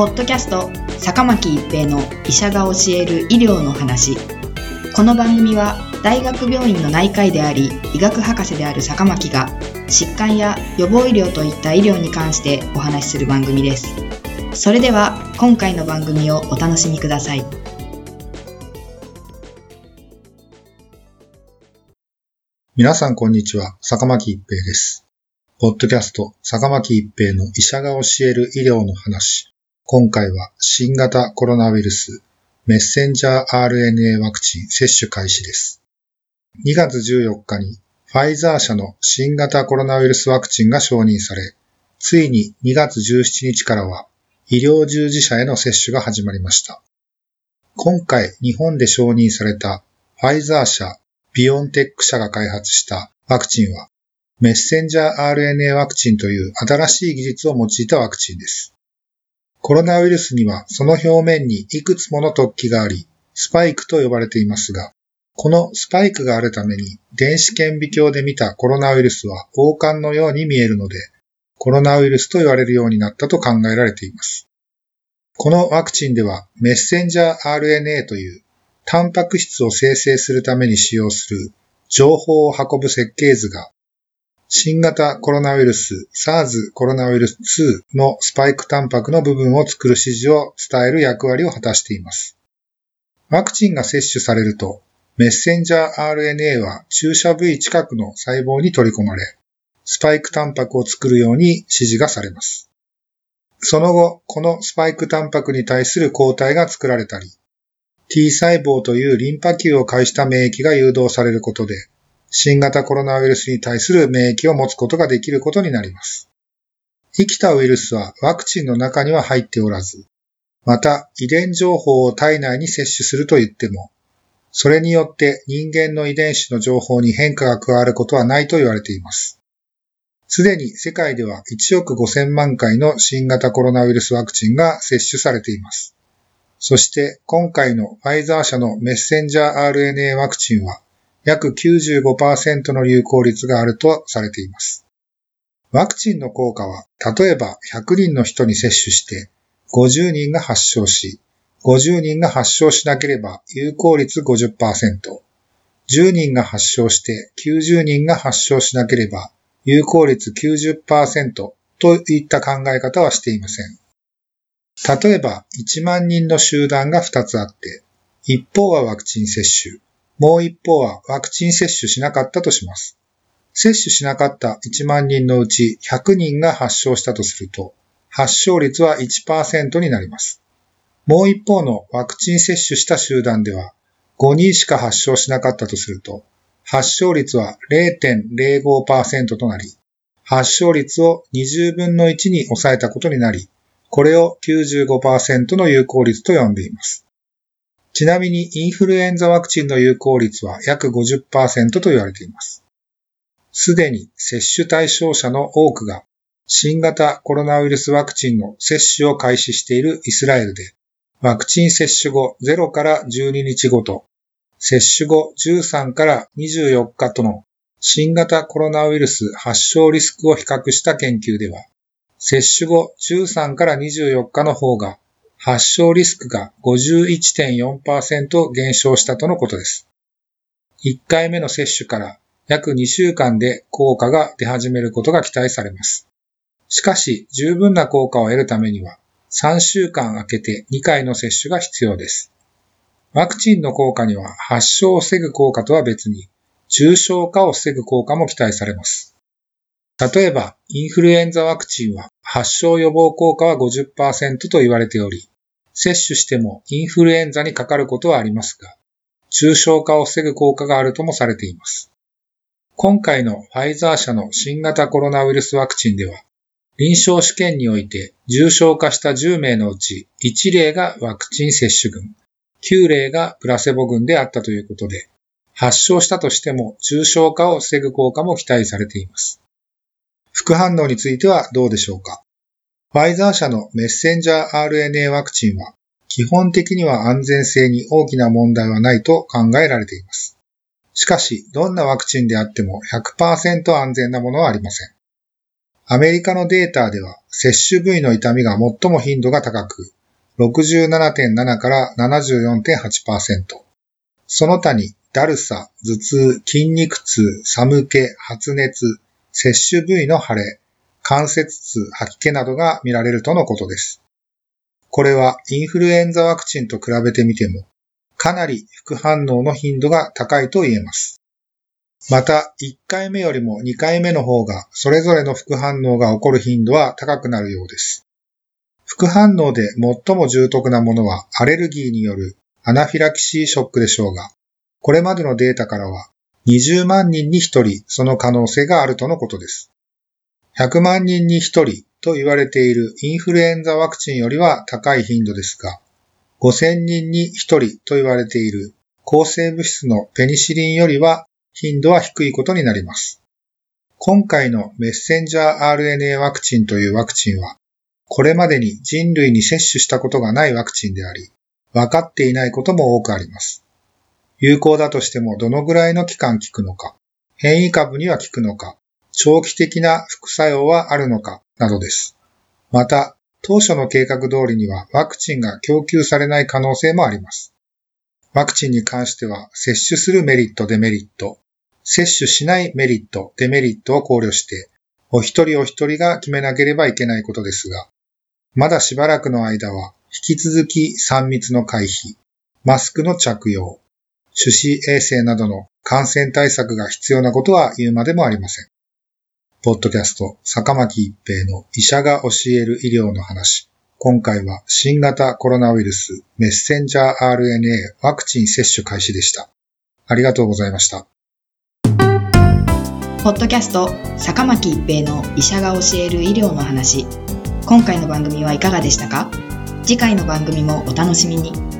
ポッドキャスト坂巻一平の医者が教える医療の話。この番組は大学病院の内科医であり医学博士である坂巻が疾患や予防医療といった医療に関してお話しする番組です。それでは今回の番組をお楽しみください。 皆さんこんにちは、坂巻一平です。ポッドキャスト坂巻一平の医者が教える医療の話。今回は新型コロナウイルスメッセンジャー RNA ワクチン接種開始です。2月14日にファイザー社の新型コロナウイルスワクチンが承認され、ついに2月17日からは医療従事者への接種が始まりました。今回日本で承認されたファイザー社、ビオンテック社が開発したワクチンはメッセンジャー RNA ワクチンという新しい技術を用いたワクチンです。コロナウイルスにはその表面にいくつもの突起があり、スパイクと呼ばれていますが、このスパイクがあるために電子顕微鏡で見たコロナウイルスは王冠のように見えるので、コロナウイルスと言われるようになったと考えられています。このワクチンではメッセンジャー RNA というタンパク質を生成するために使用する情報を運ぶ設計図が新型コロナウイルス SARS コロナウイルス2のスパイクタンパクの部分を作る指示を伝える役割を果たしています。ワクチンが接種されるとメッセンジャー RNA は注射部位近くの細胞に取り込まれ、スパイクタンパクを作るように指示がされます。その後、このスパイクタンパクに対する抗体が作られたり、T 細胞というリンパ球を介した免疫が誘導されることで、新型コロナウイルスに対する免疫を持つことができることになります。生きたウイルスはワクチンの中には入っておらず、また遺伝情報を体内に摂取すると言っても、それによって人間の遺伝子の情報に変化が加わることはないと言われています。すでに世界では1億5000万回の新型コロナウイルスワクチンが接種されています。そして今回のファイザー社のメッセンジャー RNA ワクチンは約 95% の有効率があるとされています。ワクチンの効果は、例えば100人の人に接種して50人が発症し、50人が発症しなければ有効率 50%、10人が発症して90人が発症しなければ有効率 90% といった考え方はしていません。例えば1万人の集団が2つあって、一方はワクチン接種、もう一方はワクチン接種しなかったとします。接種しなかった1万人のうち100人が発症したとすると、発症率は 1% になります。もう一方のワクチン接種した集団では5人しか発症しなかったとすると、発症率は 0.05% となり、発症率を20分の1に抑えたことになり、これを 95% の有効率と呼んでいます。ちなみにインフルエンザワクチンの有効率は約 50% と言われています。すでに接種対象者の多くが新型コロナウイルスワクチンの接種を開始しているイスラエルで、ワクチン接種後0から12日ごと、接種後13から24日との新型コロナウイルス発症リスクを比較した研究では、接種後13から24日の方が発症リスクが 51.4% 減少したとのことです。1回目の接種から約2週間で効果が出始めることが期待されます。しかし十分な効果を得るためには3週間空けて2回の接種が必要です。ワクチンの効果には発症を防ぐ効果とは別に重症化を防ぐ効果も期待されます。例えばインフルエンザワクチンは発症予防効果は 50% と言われており、接種してもインフルエンザにかかることはありますが、重症化を防ぐ効果があるともされています。今回のファイザー社の新型コロナウイルスワクチンでは、臨床試験において重症化した10名のうち1例がワクチン接種群、9例がプラセボ群であったということで、発症したとしても重症化を防ぐ効果も期待されています。副反応についてはどうでしょうか。ファイザー社のメッセンジャー RNA ワクチンは基本的には安全性に大きな問題はないと考えられています。しかし、どんなワクチンであっても 100% 安全なものはありません。 アメリカのデータでは接種部位の痛みが最も頻度が高く、67.7 から 74.8%。その他にだるさ、頭痛、筋肉痛、寒気、発熱、接種部位の腫れ、関節痛、吐き気などが見られるとのことです。これはインフルエンザワクチンと比べてみても、かなり副反応の頻度が高いと言えます。また、1回目よりも2回目の方が、それぞれの副反応が起こる頻度は高くなるようです。副反応で最も重篤なものはアレルギーによるアナフィラキシーショックでしょうが、これまでのデータからは20万人に1人その可能性があるとのことです。100万人に1人と言われているインフルエンザワクチンよりは高い頻度ですが、5000人に1人と言われている抗生物質のペニシリンよりは頻度は低いことになります。今回のメッセンジャー RNA ワクチンというワクチンは、これまでに人類に接種したことがないワクチンであり、分かっていないことも多くあります。有効だとしてもどのぐらいの期間効くのか、変異株には効くのか、長期的な副作用はあるのかなどです。また、当初の計画通りにはワクチンが供給されない可能性もあります。ワクチンに関しては接種するメリット、デメリット、接種しないメリット、デメリットを考慮して、お一人お一人が決めなければいけないことですが、まだしばらくの間は引き続き3密の回避、マスクの着用、手指衛生などの感染対策が必要なことは言うまでもありません。ポッドキャスト、坂巻一平の医者が教える医療の話。今回は新型コロナウイルスメッセンジャー RNA ワクチン接種開始でした。ありがとうございました。 ポッドキャスト、坂巻一平の医者が教える医療の話。今回の番組はいかがでしたか？次回の番組もお楽しみに。